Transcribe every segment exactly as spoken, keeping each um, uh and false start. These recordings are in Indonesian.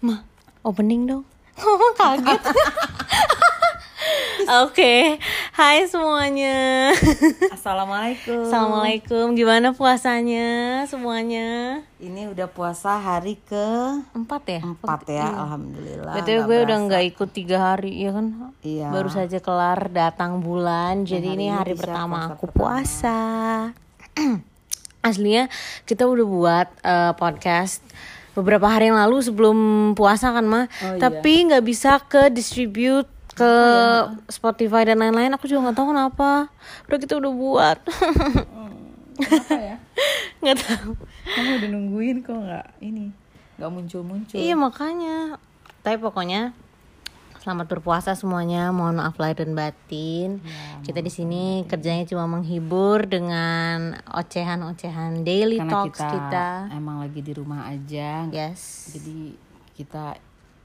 Ma, opening dong. Ngomong kaget. Oke, okay. Hai semuanya. Assalamualaikum. Assalamualaikum. Gimana puasanya semuanya? Ini udah puasa hari ke Empat ya? Empat ya, hmm. Alhamdulillah. Betul, gue berasa. Udah nggak ikut tiga hari ya kan? Iya. Baru saja kelar datang bulan. Jadi hari ini hari pertama aku puasa. puasa. Aslinya kita udah buat uh, podcast beberapa hari yang lalu sebelum puasa kan mah, oh, tapi nggak iya. bisa ke distribute ke ya. Spotify dan lain-lain. Aku juga nggak tahu kenapa. Udah kita udah buat. hmm, kenapa ya? Nggak tahu. Kamu udah nungguin kok nggak ini, nggak muncul-muncul. Iya makanya. Tapi pokoknya selamat berpuasa semuanya. Mohon maaf lahir dan batin. Ya, kita di sini kerjanya cuma menghibur dengan ocehan-ocehan daily karena talks kita. kita. Emang lagi di rumah aja. Yes. Jadi kita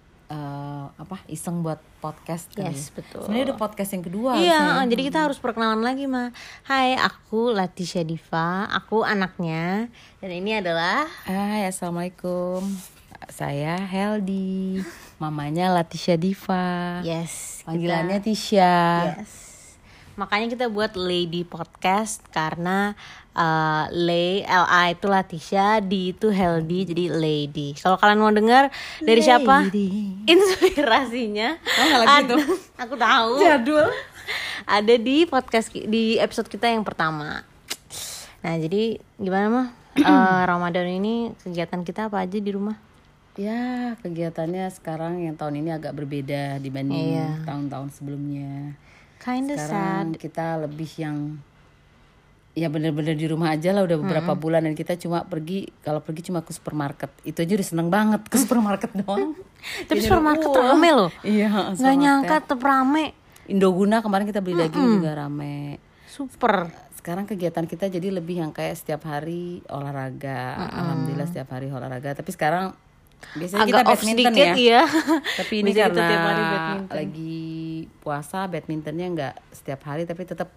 uh, apa iseng buat podcast. Yes, kali. Betul. Sebenarnya udah podcast yang kedua. Iya. Harusnya. Jadi kita harus perkenalan lagi mah. Hai, aku Latisha Diva. Aku anaknya. Dan ini adalah. Hai, assalamualaikum. Saya Heldi, mamanya Latisha Diva. Yes. Panggilannya kita, Tisha. Yes. Makanya kita buat Lady Podcast karena uh, Lay L A itu Latisha, D itu Heldi, jadi Lady. Kalau kalian mau dengar dari Lady. Siapa? Inspirasinya? Oh, ada, aku tahu. Jadul. Ada di podcast di episode kita yang pertama. Nah, jadi gimana mah? uh, Ramadan ini kegiatan kita apa aja di rumah? Ya, kegiatannya sekarang yang tahun ini agak berbeda dibanding yeah. tahun-tahun sebelumnya. Kinda sekarang sad. Kita lebih yang ya benar-benar di rumah aja lah udah beberapa mm-hmm. bulan, dan kita cuma pergi, kalau pergi cuma ke supermarket. Itu aja udah seneng banget ke supermarket doang. Tapi supermarket uh, rame loh. Iya, nggak nyangka tetap rame. Indoguna kemarin kita beli daging mm-hmm. juga rame. Super. Sekarang kegiatan kita jadi lebih yang kayak setiap hari olahraga. Mm-hmm. Alhamdulillah setiap hari olahraga. Tapi sekarang biasanya agak kita badminton sedikit, ya, iya. Tapi ini karena lagi puasa, badmintonnya nggak setiap hari, tapi tetap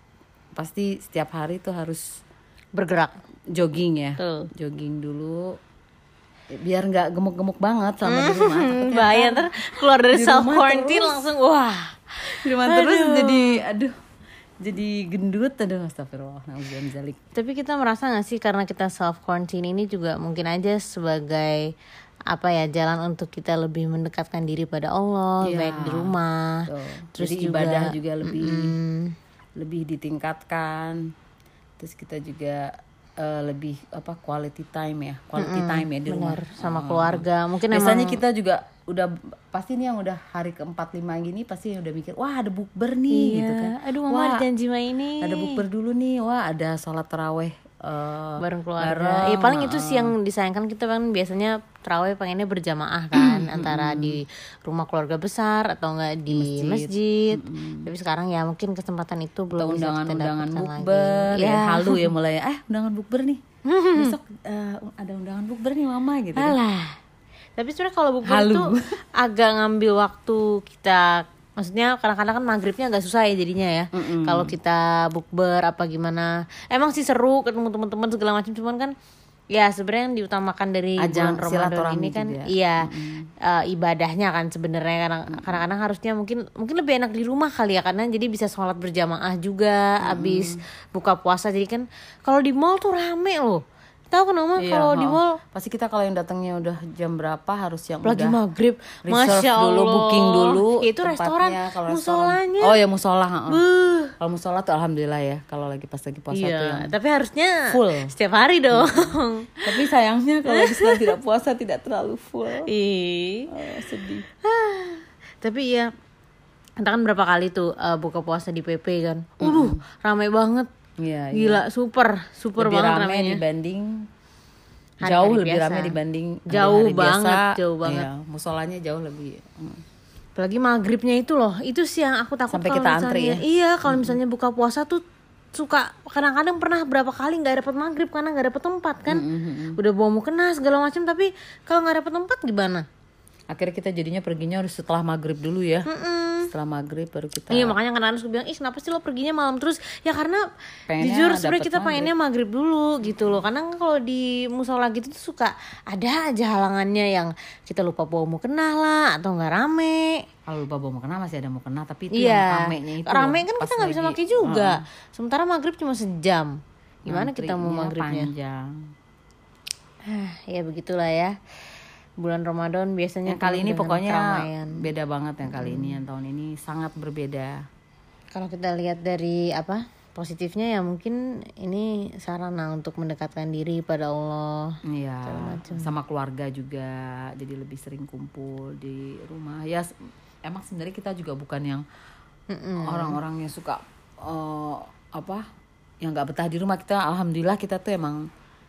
pasti setiap hari tuh harus bergerak, jogging ya, Tuh. jogging dulu, biar nggak gemuk-gemuk banget sama di rumah. Bahaya ntar keluar dari self quarantine langsung wah, di rumah terus jadi aduh. Jadi gendut, aduh astagfirullah. Tapi kita merasa gak sih karena kita self quarantine ini juga mungkin aja sebagai apa ya, jalan untuk kita lebih mendekatkan diri pada Allah, ya, baik di rumah. Tuh. Terus jadi juga, ibadah juga lebih mm, lebih ditingkatkan. Terus kita juga uh, lebih apa quality time ya, quality mm-mm, time ya di bener, rumah sama oh. keluarga. Mungkin biasanya emang kita juga udah pasti nih yang udah hari keempat lima gini pasti udah mikir wah ada bukber nih, iya. gitu kan. Aduh mama wah, ada janji mah ini. Ada bukber dulu nih, wah ada sholat taraweh uh, bareng keluarga. Bareng, ya paling uh, itu sih yang disayangkan, kita kan biasanya taraweh pengennya berjamaah kan, antara di rumah keluarga besar atau enggak di masjid. masjid. Tapi sekarang ya mungkin kesempatan itu belum bisa kita undangan-undangan dapatkan bukber, lagi. ya halu ya mulai eh undangan bukber nih. Besok uh, ada undangan bukber nih mama gitu. Alah. Tapi sebenarnya kalau bukber tuh agak ngambil waktu kita. Maksudnya kadang-kadang kan maghribnya agak susah ya jadinya ya. Kalau kita bukber apa gimana. Emang sih seru ketemu teman-teman segala macam, cuman kan ya sebenarnya yang diutamakan dari ajang bulan Ramadan ini kan juga. Iya uh, ibadahnya kan sebenarnya kadang, kadang-kadang harusnya mungkin mungkin lebih enak di rumah kali ya, karena jadi bisa sholat berjamaah juga mm. abis buka puasa. Jadi kan kalau di mall tuh rame loh. Tahu kan Oma, iya, kalau di mall pasti kita kalau yang datangnya udah jam berapa harus yang lagi udah maghrib, masya Allah, dulu, booking dulu. Itu restoran, musolanya. Oh ya musola, kalau musola tuh alhamdulillah ya, kalau lagi pas lagi puasa iya, tuh yang tapi harusnya full setiap hari dong. Hmm. Tapi sayangnya kalau misalnya tidak puasa tidak terlalu full. Ih, oh, sedih. Tapi ya, kita kan berapa kali tuh uh, buka puasa di P P kan, uh, mm-hmm. rame banget. Iya, gila, iya. super, super lebih banget rame ramenya. Dibanding hari-hari jauh biasa. lebih ramai dibanding jauh hari-hari banget, biasa. jauh banget. Iya, musolanya jauh lebih. Hmm. Apalagi maghribnya itu loh, itu sih yang aku takut sampai kalau kita misalnya, antri ya. Iya, kalau hmm. misalnya buka puasa tuh suka kadang-kadang pernah berapa kali nggak dapet maghrib karena nggak dapet tempat kan. Hmm. Udah bawa mukena segala macam, tapi kalau nggak dapet tempat gimana? Akhirnya kita jadinya perginya harus setelah maghrib dulu ya. Mm-mm. setelah maghrib baru kita. Iya makanya kadang-kadang suka bilang, ih kenapa sih lo perginya malam terus? Ya karena Pengennya jujur dapet sebenarnya kita maghrib. pengennya maghrib dulu gitu loh. Karena kan kalau di musola gitu tuh suka ada aja halangannya yang kita lupa bawa mukena lah atau nggak rame. Kalau lupa bawa mukena masih ada mukena, tapi itu Iya. yang ramenya itu. Rame kan pas kita nggak bisa lagi- pakai juga. Heeh. Sementara maghrib cuma sejam. Gimana kita mau Antrinya maghribnya? panjang. Ya begitulah ya. Bulan Ramadan biasanya Yang kali penuh ini dengan pokoknya keramaian. beda banget yang kali ini, yang tahun ini sangat berbeda. Kalau kita lihat dari apa positifnya ya mungkin ini sarana untuk mendekatkan diri pada Allah. Iya, sama keluarga juga, jadi lebih sering kumpul di rumah. Ya s- emang sebenarnya kita juga bukan yang orang-orang yang suka eh, apa, yang nggak betah di rumah. Kita alhamdulillah kita tuh emang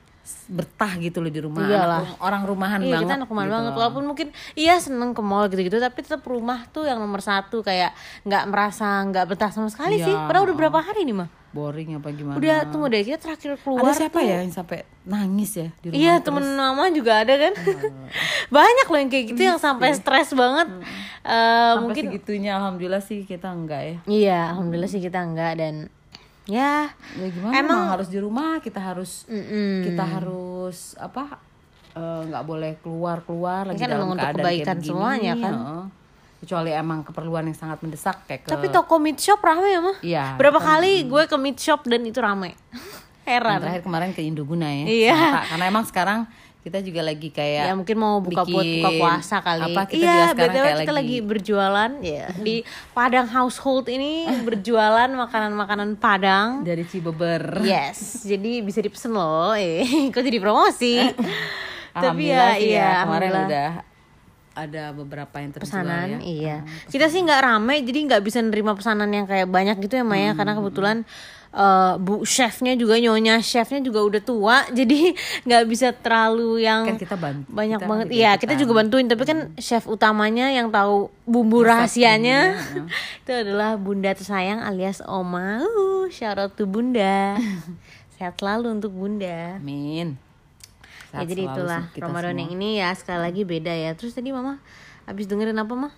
betah gitu loh di rumah. Iyalah. Anak rum- orang rumahan Iya banget. kita anak rumahan gitu banget loh. walaupun mungkin iya seneng ke mall gitu-gitu tapi tetap rumah tuh yang nomor satu kayak nggak merasa nggak betah sama sekali Iya, sih. Padahal udah berapa hari nih mah? Boring apa gimana? Udah tunggu deh kita terakhir keluar. Ada siapa tuh- ya yang sampai nangis ya di rumah? Iya terus? temen mama juga ada kan. Banyak loh yang kayak gitu yang sampai stres banget. Eh, Sampai mungkin segitunya alhamdulillah sih kita enggak ya. iya alhamdulillah sih kita enggak dan ya Ya gimana? Emang- Emang harus di rumah, kita harus mm-mm. kita harus apa? eh, nggak boleh keluar keluar lagi kan dalam emang untuk keadaan kebaikan kayak begini, semuanya kan. heeh. Kecuali emang keperluan yang sangat mendesak kayak ke. Tapi toko meat shop rame ya mah. Iya. Berapa kali gue ke meat shop dan itu rame. Yang Heran. terakhir kemarin ke Indoguna ya. Iya. Santa. Karena emang sekarang kita juga lagi kayak Ya mungkin mau buka buat bikin buka puasa kali. Apa kita iya, juga sekarang B T W kayak kita lagi, lagi berjualan ya di Padang Household ini berjualan makanan-makanan Padang. dari Cibeber. Yes, jadi bisa dipesen loh. Eh, kok jadi promosi. Tapi Alhamdulillah ya sih iya, kemarin alhamdulillah. udah ada beberapa yang terjual Pesanan ya. iya. Kita sih nggak rame jadi nggak bisa nerima pesanan yang kayak banyak gitu ya Maya karena kebetulan eh, bu chefnya juga nyonya chefnya juga udah tua jadi nggak bisa terlalu yang Kan kita bantu. banyak kita banget. juga Iya ikutan. kita juga bantuin tapi kan chef utamanya yang tahu bumbu rahasianya bumbunya, itu adalah Bunda tersayang alias Oma. Uh, shout out to Bunda. Sehat selalu untuk Bunda. Amin. Ya Sehat jadi selalu itulah sih kita Ramadan semua. yang ini ya sekali lagi beda ya. Terus tadi Mama habis dengerin apa mah?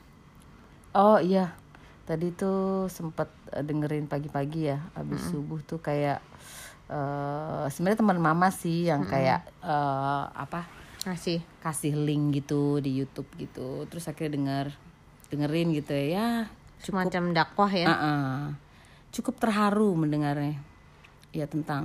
Oh iya, tadi tuh sempet eh, dengerin pagi-pagi ya, abis subuh tuh kayak eh sebenarnya teman mama sih yang kayak eh, apa Ngasih. kasih link gitu di YouTube gitu, terus akhirnya denger dengerin gitu ya, ya Semacam dakwah ya. uh-uh. cukup terharu mendengarnya, ya tentang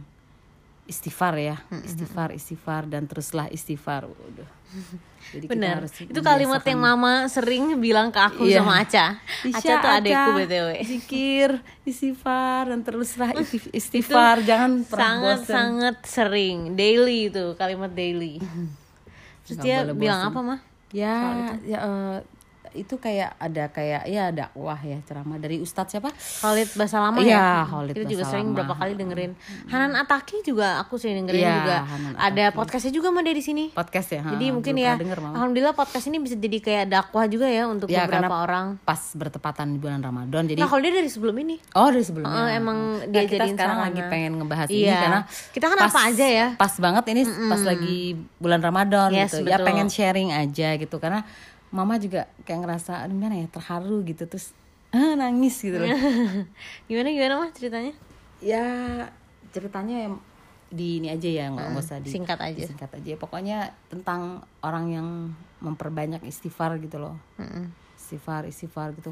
istighfar ya, istighfar istighfar dan teruslah istighfar, udah. Jadi kita Bener. harus Itu kalimat yang membiasakan. Mama sering bilang ke aku Iya. sama Aca. Isya, Aca tuh adekku Aca, B T W. zikir, istighfar dan teruslah isti- istighfar, jangan pernah Sangat bosan. sangat sering, daily itu kalimat daily. Terus Nggak dia boleh bilang bosan. apa mah? Ya, ya eh, itu kayak ada kayak ya dakwah ya, ceramah dari Ustadz siapa? Khalid Basalamah Iya, ya. Khalid Kita juga sering Basalamah. berapa kali dengerin. Hanan Ataki juga aku sering dengerin Iya, juga. Hanan Ada podcastnya juga mah dari sini. Podcast ya. Jadi ha, mungkin belum ya, pernah denger, Mama. alhamdulillah podcast ini bisa jadi kayak dakwah juga ya untuk Ya, beberapa karena orang. pas bertepatan di bulan Ramadan, jadi Nah kalau dia dari sebelum ini. oh dari sebelumnya. Oh, emang Nah, dia kita jadiin sekarang sarana. lagi pengen ngebahas ini Iya. karena Kita kan apa aja ya. Pas banget ini pas lagi bulan Ramadan Yes, gitu. Ya betul. pengen sharing aja gitu karena mama juga kayak ngerasa aduh gimana ya, terharu gitu, terus ah, nangis gitu loh. Gimana gimana mah ceritanya? Ya ceritanya yang di ini aja ya, nggak nggak usah di singkat aja. singkat aja. Pokoknya tentang orang yang memperbanyak istighfar gitu loh. Mm-mm. Istighfar, istighfar gitu.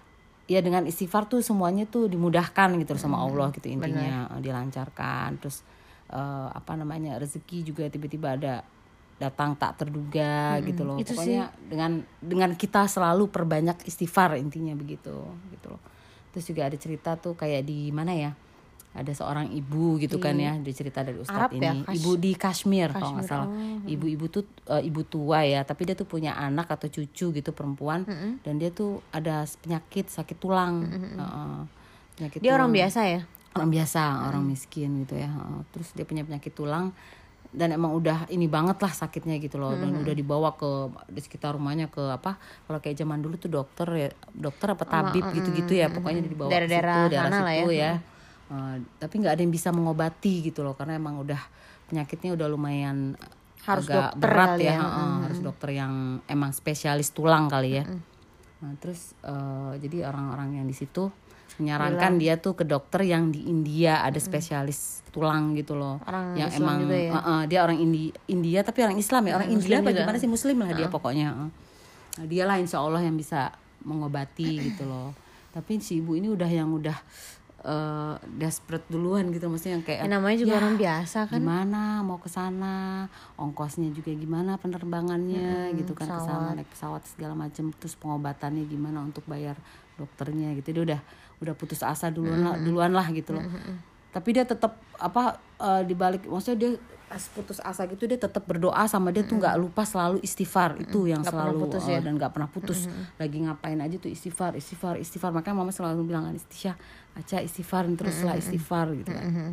Ya dengan istighfar tuh semuanya tuh dimudahkan gitu loh sama Allah gitu intinya. Dilancarkan, terus eh, apa namanya, rezeki juga tiba-tiba ada datang tak terduga gitu loh. itu Pokoknya dengan dengan kita selalu perbanyak istighfar intinya begitu gitu loh. Terus juga ada cerita tuh kayak di mana ya? Ada seorang ibu gitu kan ya, dia cerita dari Ustadz Arab ya? ini. Kash- Ibu di Kashmir, kalau nggak Kashmir, salah. Ibu-ibu tuh eh, ibu tua ya, tapi dia tuh punya anak atau cucu gitu perempuan, dan dia tuh ada penyakit sakit tulang. Heeh. Penyakit Dia orang tulang. biasa ya? Orang biasa, orang miskin gitu ya. Heeh. Terus dia punya penyakit tulang dan emang udah ini banget lah sakitnya gitu loh, dan udah dibawa ke di sekitar rumahnya ke apa, kalau kayak zaman dulu tuh dokter ya, dokter apa tabib gitu-gitu ya, pokoknya dibawa ke Daerah-daerah situ, daerah sana lah situ ya. ya. Eh, tapi nggak ada yang bisa mengobati gitu loh, karena emang udah penyakitnya udah lumayan Harus agak dokter berat kali ya, ya. heeh, harus dokter yang emang spesialis tulang kali ya. Nah, terus uh, jadi orang-orang yang di situ menyarankan Bila. dia tuh ke dokter yang di India ada spesialis tulang gitu loh. Orang yang Islam emang juga ya? uh, uh, dia orang Indi, India tapi orang Islam ya. Orang hmm, India bagaimana sih, Muslim lah dia uh. pokoknya. Uh. Nah, dia lah insya Allah yang bisa mengobati gitu loh. Tapi si ibu ini udah yang udah uh, desperate duluan gitu, maksudnya yang kayak ya, namanya juga ya, orang biasa kan. Gimana mau ke sana, ongkosnya juga gimana penerbangannya hmm, gitu kan ke sana naik pesawat segala macam, terus pengobatannya gimana untuk bayar dokternya gitu. Dia udah udah putus asa duluan hmm. lah, duluan lah gitu loh. Hmm. Tapi dia tetap apa uh, dibalik, maksudnya dia pas putus asa gitu dia tetap berdoa sama dia tuh nggak lupa selalu istighfar. Mm-hmm. Itu yang gak selalu putus, ya? uh, dan nggak pernah putus. Mm-hmm. Lagi ngapain aja tuh istighfar istighfar istighfar makanya mama selalu bilang kan, Istisya Aca istighfar teruslah mm-hmm. istighfar gitu kan. Mm-hmm.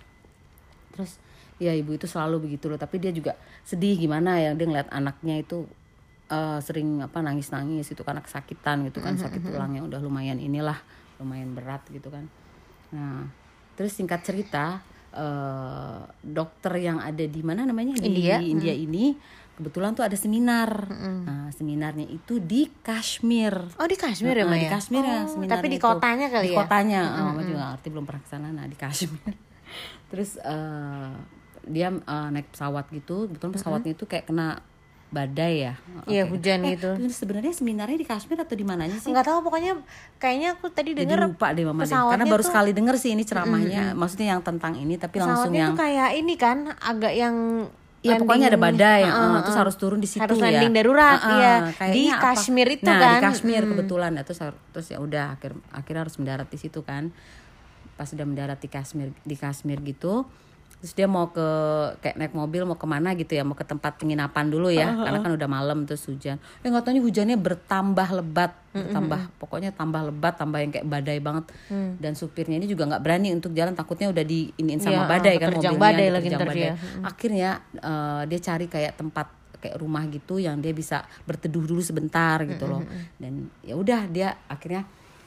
Terus ya ibu itu selalu begitu loh, tapi dia juga sedih gimana ya, dia ngeliat anaknya itu uh, sering apa nangis-nangis itu karena kesakitan gitu kan. Mm-hmm. Sakit tulangnya udah lumayan inilah lumayan berat gitu kan. Nah terus singkat cerita Uh, dokter yang ada di mana namanya di India, India hmm. ini kebetulan tuh ada seminar. Hmm. Nah, seminarnya itu di Kashmir. Oh, di Kashmir nah, ya, Maya? Di Kashmir oh, ya seminarnya. Tapi di kotanya itu. kali di ya? Di kotanya. Hmm. Oh, mama juga gak ngerti, belum pernah ke sana. Nah, di Kashmir. Terus uh, dia uh, naik pesawat gitu, kebetulan pesawatnya itu kayak kena badai ya. Iya, okay. Hujan eh, gitu. Sebenarnya seminarnya di Kashmir atau di mananya sih? Enggak tahu, pokoknya kayaknya aku tadi dengar. Jadi lupa deh mama deh. Karena baru tuh, sekali denger sih ini ceramahnya, mm-hmm. maksudnya yang tentang ini, tapi langsung yang tuh kayak ini kan agak yang ya pokoknya ada badai, uh, uh, uh, terus uh, harus turun di situ harus ya. Harus landing darurat, uh, uh, ya. Di apa? Kashmir itu nah, kan. Nah, di Kashmir hmm. kebetulan ya, terus terus ya udah akhir akhirnya harus mendarat di situ kan. Pas sudah mendarat di Kashmir di Kashmir gitu. Terus dia mau ke kayak naik mobil mau kemana gitu ya, mau ke tempat penginapan dulu ya, uh-huh. karena kan udah malam terus hujan. Eh nggak taunya hujannya bertambah lebat, uh-huh. bertambah pokoknya tambah lebat, tambah yang kayak badai banget. Uh-huh. Dan supirnya ini juga nggak berani untuk jalan, takutnya udah diiniin sama ya, badai kan mobilnya. Badai lagi badai. Ya. Uh-huh. Akhirnya uh, dia cari kayak tempat kayak rumah gitu yang dia bisa berteduh dulu sebentar gitu loh. Uh-huh. Dan ya udah dia akhirnya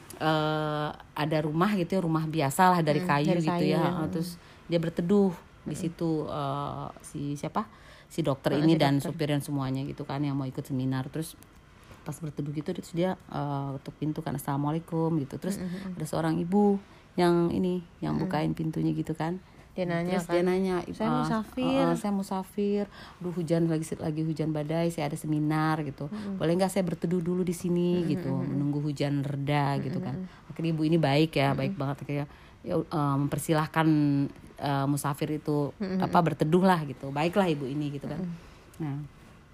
uh, ada rumah gitu ya, rumah biasa lah dari kayu dari gitu kayu, ya. ya. Terus dia berteduh di situ uh, si siapa si dokter oh, ini si dan dokter. Supir dan semuanya gitu kan yang mau ikut seminar. Terus pas berteduh gitu terus dia uh, ketuk pintu kan, assalamualaikum gitu. Terus mm-hmm. ada seorang ibu yang ini yang mm-hmm. bukain pintunya gitu kan. Dia nanya terus kan, dia nanya saya musafir uh, uh, saya musafir duh hujan lagi lagi hujan badai, saya ada seminar gitu, mm-hmm. boleh nggak saya berteduh dulu di sini mm-hmm. gitu menunggu hujan reda mm-hmm. gitu kan. Akhirnya ibu ini baik ya, mm-hmm. baik banget kayak ya uh, mempersilahkan uh, musafir itu mm-hmm. apa berteduh lah gitu, baiklah ibu ini gitu kan. Mm-hmm. Nah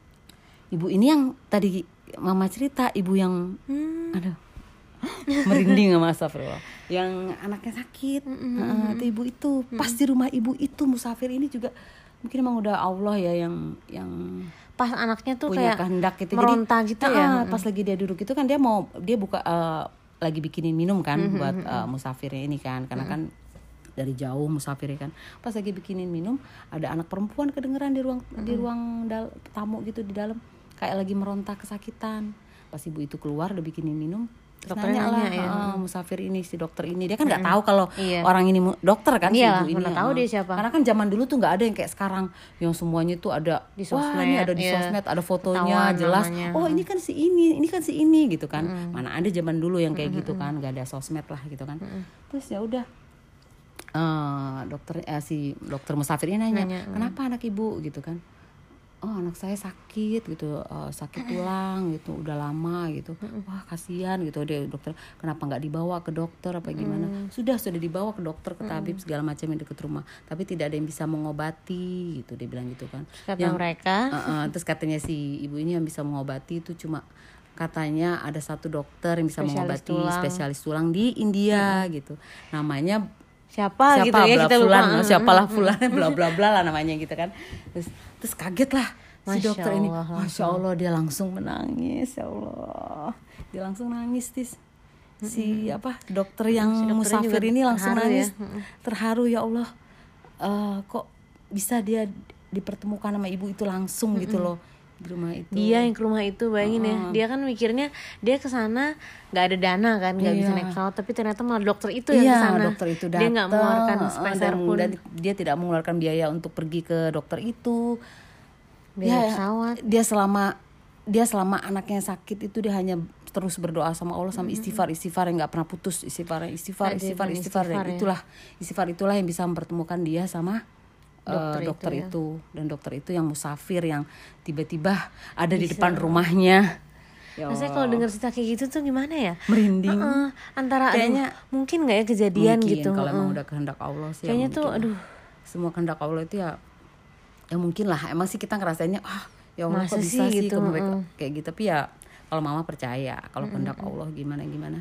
ibu ini yang tadi mama cerita, ibu yang mm. aduh merinding sama astagfirullah, yang anaknya sakit, mm-hmm. uh, itu ibu itu mm-hmm. pas di rumah ibu itu musafir ini juga mungkin emang udah Allah ya yang yang pas anaknya tuh punya kayak kehendak gitu. meronta jadi, gitu nah, ya. Pas lagi dia duduk itu kan dia mau dia buka uh, lagi bikinin minum kan mm-hmm. buat uh, musafirnya ini kan, karena mm-hmm. kan dari jauh musafir kan. Pas lagi bikinin minum ada anak perempuan kedengeran di ruang mm-hmm. di ruang dal- tamu gitu di dalam kayak lagi meronta kesakitan. Pas ibu itu keluar udah bikinin minum, dokternya nanya lah ya. uh, musafir ini si dokter ini, dia kan nggak mm-hmm. tahu kalau iya. orang ini mu- dokter kan. Iya, si ibu ini mana tahu uh, dia siapa. Karena kan zaman dulu tuh nggak ada yang kayak sekarang yang semuanya tuh ada di sosmed, wah ini ada di iya. sosmed, ada fotonya Ketahuan jelas namanya. Oh ini kan si ini ini kan si ini gitu kan. Mm-hmm. Mana ada zaman dulu yang kayak mm-hmm. gitu kan, nggak ada sosmed lah gitu kan. Mm-hmm. Terus ya udah uh, dokter eh, si dokter musafirnya nanya, nanya kenapa mm. anak ibu gitu kan. Oh anak saya sakit gitu, uh, sakit tulang gitu, udah lama gitu. Wah kasihan gitu dia dokter, kenapa nggak dibawa ke dokter apa gimana? Mm. Sudah sudah dibawa ke dokter, ke tabib segala macam yang dekat rumah, tapi tidak ada yang bisa mengobati gitu, dia bilang gitu kan. Kata yang, mereka. Uh, uh, terus katanya si ibu ini yang bisa mengobati itu cuma katanya ada satu dokter yang bisa spesialis mengobati tulang. spesialis tulang di India mm. gitu. Namanya siapa, siapa gitu ya kita lupa. Fulan, siapalah Fulan bla bla bla lah namanya gitu kan. Terus terus kaget lah si Masya dokter Allah, ini. langsung. Masya Allah dia langsung menangis, ya Allah. Dia langsung nangis tis. Si mm-hmm. apa dokter yang si musafir ini langsung nangis. Ya? Terharu ya Allah. Uh, kok bisa dia dipertemukan sama ibu itu langsung mm-hmm. gitu loh. Di rumah itu. Dia yang ke rumah itu bayangin uh-uh. ya. Dia kan mikirnya dia ke sana nggak ada dana kan, nggak iya. bisa naik pesawat, tapi ternyata malah dokter itu yang iya, ke sana. Dokter itu datang. Dia nggak mengeluarkan sepeser pun. Dan dia tidak mengeluarkan biaya untuk pergi ke dokter itu. Biaya dia, pesawat. Dia selama dia selama anaknya sakit itu dia hanya terus berdoa sama Allah sama istighfar istighfar yang nggak pernah putus, istighfar istighfar istighfar istighfar, dan ya. itulah istighfar itulah yang bisa mempertemukan dia sama dokter, uh, dokter itu, itu, ya. Dan dokter itu yang musafir yang tiba-tiba ada bisa di depan rumahnya. Ya maksudnya kalau dengar cerita kayak gitu tuh gimana ya? Merinding. Uh-uh, antara kayaknya aduh, mungkin nggak ya kejadian mungkin, gitu. Kalau uh-uh. emang udah kehendak Allah sih. Kayaknya ya tuh aduh. Semua kehendak Allah itu ya ya mungkin lah. Emang sih kita ngerasainnya ah ya Allah masa kok bisa sih gitu, mereka uh. kayak gitu. Tapi ya kalau mama percaya kalau kehendak uh-uh. Allah gimana gimana.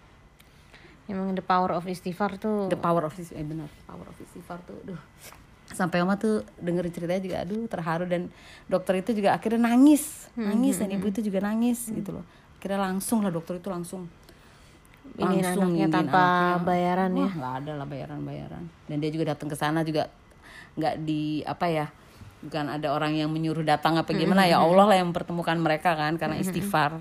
Emang the power of istighfar tuh. The power of istighfar, eh benar. Power of istighfar tuh, aduh. Sampai mama tuh dengerin ceritanya juga aduh terharu, dan dokter itu juga akhirnya nangis, nangis hmm, dan ibu itu juga nangis hmm. gitu loh. Akhirnya langsung lah dokter itu langsung ini langsung anaknya tanpa anaknya. bayaran ya. Wah, nggak ada lah bayaran-bayaran. Dan dia juga datang ke sana juga nggak di apa ya, bukan ada orang yang menyuruh datang apa gimana hmm, ya Allah lah yang mempertemukan mereka kan karena istighfar.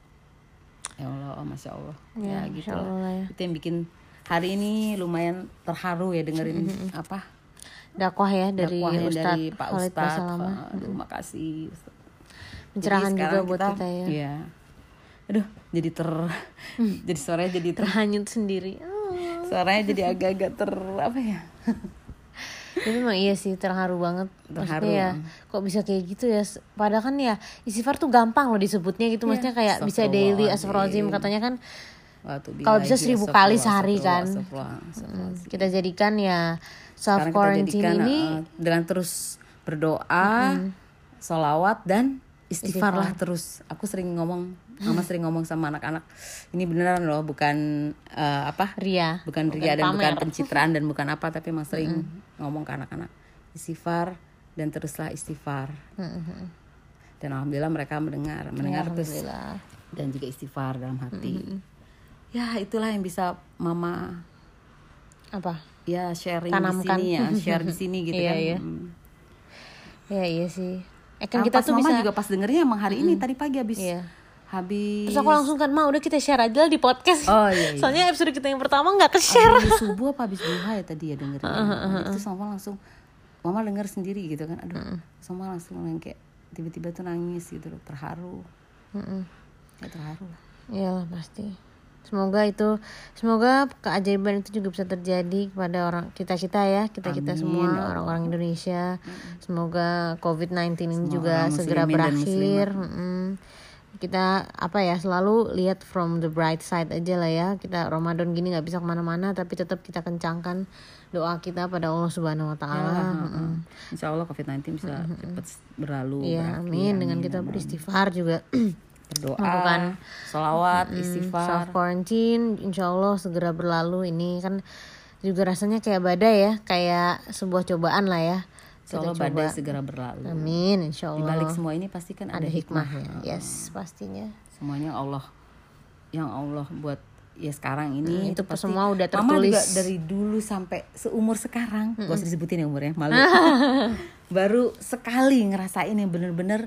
Ya Allah, oh, masya Allah ya, ya gitu lah. Ya. Itu yang bikin hari ini lumayan terharu ya dengerin hmm. apa dakwah ya dari dakwah ya, Ustadz dari Pak Ustadz. Aduh makasih. Pencerahan juga buat kita, kita ya. Iya. Aduh jadi ter hmm. jadi suaranya jadi ter, terhanyut sendiri. Oh. Suaranya jadi agak-agak ter apa ya? Tapi memang iya sih terharu banget. Terharu. Maksudnya ya kok bisa kayak gitu ya. Padahal kan ya istighfar tuh gampang loh disebutnya gitu. Maksudnya kayak bisa daily astagfirullahaladzim katanya kan. Kalau bisa seribu kali sehari kan. Hmm, kita jadikan ya self quarantine ini uh, dengan terus berdoa, mm-hmm. sholawat dan istighfar, istighfar lah terus. Aku sering ngomong, mama sering ngomong sama anak-anak, ini beneran loh, bukan uh, apa ria, bukan ria dan pamer. Bukan pencitraan dan bukan apa, tapi emang sering mm-hmm. ngomong ke anak-anak istighfar dan teruslah istighfar. Mm-hmm. Dan alhamdulillah mereka mendengar, mendengar ya, terus dan juga istighfar dalam hati. Mm-hmm. Ya itulah yang bisa mama apa? Ya sharing tanamkan di sini ya, share di sini gitu iya, kan. Iya. Hmm. Ya iya sih. Eh kan nah, kita pas tuh mama bisa juga pas dengernya emang hari ini mm. tadi pagi habis. Iya. Habis. Terus aku langsung kan mau udah kita share aja lah di podcast. Oh iya. iya. Soalnya episode kita yang pertama nggak ke-share. Habis subuh apa habis duha ya tadi ya dengerin. Uh, uh, uh, Terus mama langsung mama denger sendiri gitu kan. Aduh. Uh. Mama langsung yang kayak tiba-tiba tuh nangis gitu loh, terharu. Uh, uh. Ya terharu lah. Iyalah pasti. Semoga itu, semoga keajaiban itu juga bisa terjadi kepada orang kita-kita ya, kita-kita semua orang-orang Indonesia. Amin. Semoga covid sembilan belas ini semua juga segera berakhir. Kita apa ya selalu lihat from the bright side aja lah ya. Kita Ramadan gini nggak bisa kemana-mana, tapi tetap kita kencangkan doa kita pada Allah Subhanahu Wa Taala. Ya, uh-uh. Insya Allah covid sembilan belas bisa uh-huh. cepat berlalu. Iya, amin. Dengan kita beristighfar juga. Berdoa, bukan sholawat, mm, istighfar, self quarantine, insya Allah segera berlalu. Ini kan juga rasanya kayak badai ya, kayak sebuah cobaan lah ya. Insya Allah badai segera berlalu. Amin, insya Allah. Di balik semua ini pasti kan ada, ada hikmahnya. hikmah. Yes, pastinya. Semuanya Allah, yang Allah buat ya sekarang ini. Hmm, itu pasti semua udah tertulis. Mama juga dari dulu sampai seumur sekarang, mm-mm. gak usah disebutin ya umurnya, malu. Baru sekali ngerasain yang bener-bener.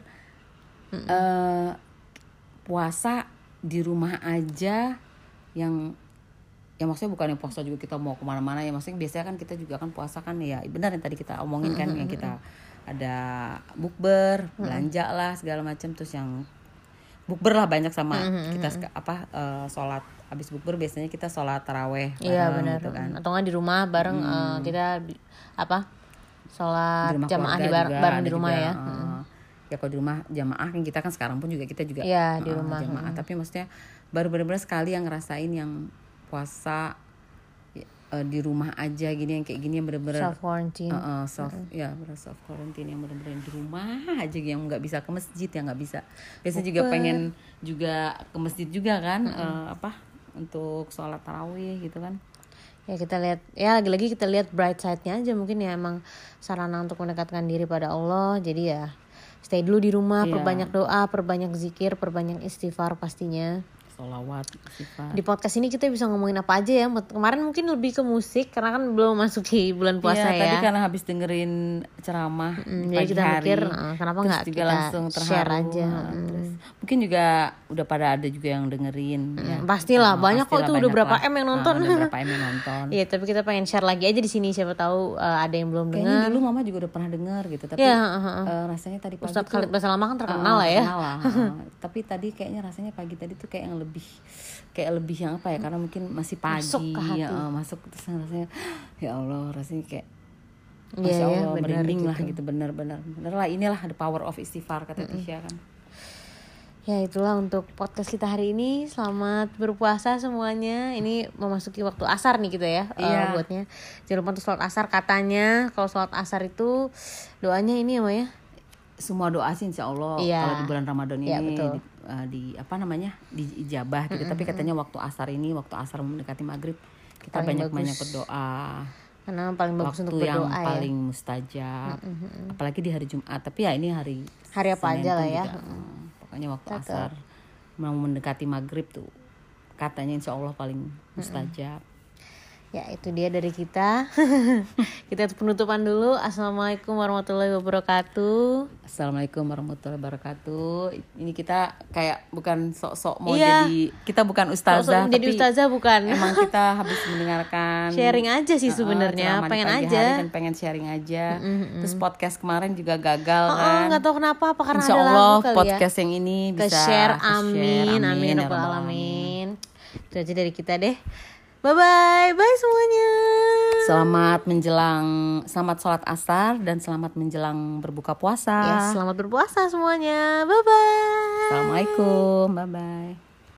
Uh, puasa di rumah aja, yang ya maksudnya bukan yang puasa juga kita mau kemana-mana ya, maksudnya biasanya kan kita juga kan puasa kan ya benar yang tadi kita omongin kan, mm-hmm. yang kita ada bukber, mm-hmm. belanja lah segala macam, terus yang bukber lah banyak sama mm-hmm. kita apa uh, sholat habis bukber biasanya kita sholat taraweh bareng, iya benar gitu kan. Atau nggak di rumah bareng hmm. uh, kita apa sholat jamaah di bar- bareng di rumah juga, ya. Uh, hmm. Ya kalau di rumah jamaah kan kita kan sekarang pun juga kita juga ya, di rumah uh, jamaah, hmm. tapi maksudnya baru benar-benar sekali yang ngerasain yang puasa uh, di rumah aja gini, yang kayak gini yang benar-benar self quarantine, uh, uh, self hmm. ya benar self quarantine yang benar-benar di rumah aja, yang nggak bisa ke masjid, yang nggak bisa. Biasanya juga pengen juga ke masjid juga kan, hmm. uh, apa untuk sholat tarawih gitu kan. Ya kita lihat, ya lagi-lagi kita lihat bright side-nya aja, mungkin ya emang sarana untuk mendekatkan diri pada Allah. Jadi ya stay dulu di rumah, yeah. perbanyak doa, perbanyak zikir, perbanyak istighfar pastinya. Sholawat, istighfar. Di podcast ini kita bisa ngomongin apa aja ya. Kemarin mungkin lebih ke musik karena kan belum masuk di bulan puasa yeah, ya. Tadi karena habis dengerin ceramah mm, pagi jadi kita hari, mikir uh, kenapa nggak kita langsung terharu, share aja. Nah, mm. terus, mungkin juga udah pada ada juga yang dengerin. Mm, ya. Pastilah nah, banyak kok, itu udah berapa lah. M yang nonton. Nah, udah berapa M yang nonton. Iya, tapi kita pengen share lagi aja di sini, siapa tahu uh, ada yang belum dengar. Kayaknya dulu mama juga udah pernah dengar gitu, tapi yeah, uh, uh. Uh, rasanya tadi pagi Ustadz tuh Khalid Basalamah kan terkenal uh, lah ya. Terkenal lah. uh, tapi tadi kayaknya rasanya pagi tadi tuh kayak yang lebih lebih kayak lebih yang apa ya, karena mungkin masih pagi Masuk ke hati. ya, uh, masuk terus rasanya ya Allah, rasanya kayak Iya Masya ya, Allah, benar merinding gitu. lah gitu, benar-benar benar lah, inilah the power of istighfar kata Tisha kan. Ya itulah untuk podcast kita hari ini. Selamat berpuasa semuanya. Ini memasuki waktu asar nih kita ya, Iya. uh, buatnya. Jangan lupa untuk sholat asar. Katanya kalau sholat asar itu doanya ini ya Maya. Semua doa sih insya Allah Iya. kalau di bulan Ramadan ini Iya, betul. di, uh, di apa namanya diijabah gitu. Tapi katanya waktu asar ini, waktu asar mendekati maghrib, kita Paling banyak-banyak bagus. berdoa. Karena paling bagus Waktu untuk yang berdoa ya. paling mustajab, apalagi di hari Jumat. Tapi ya ini hari Hari apa Senin aja pun lah ya. juga, uh, pokoknya waktu asar mau mendekati maghrib tuh katanya insya Allah paling mustajab. Ya itu dia dari kita. Kita penutupan dulu. Assalamualaikum warahmatullahi wabarakatuh. Assalamualaikum warahmatullahi wabarakatuh. Ini kita kayak bukan sok-sok mau Iya. jadi, kita bukan ustazah, Sok-sok jadi tapi ustazah bukan. emang kita habis mendengarkan Sharing aja sih uh, sebenarnya, ceramah di pengen pagi aja. hari dan pengen sharing aja. Terus podcast kemarin juga gagal Oh, kan. nggak tahu kenapa, apa karena Insya ada Allah lagu kali podcast ya. yang ini Ke bisa share, ke-share. amin, amin, ya rabbal Rabbal alamin. Itu aja dari kita deh. Bye bye, bye semuanya. Selamat menjelang, selamat sholat asar dan selamat menjelang berbuka puasa. Ya, selamat berpuasa semuanya. Bye bye. Assalamualaikum, bye bye.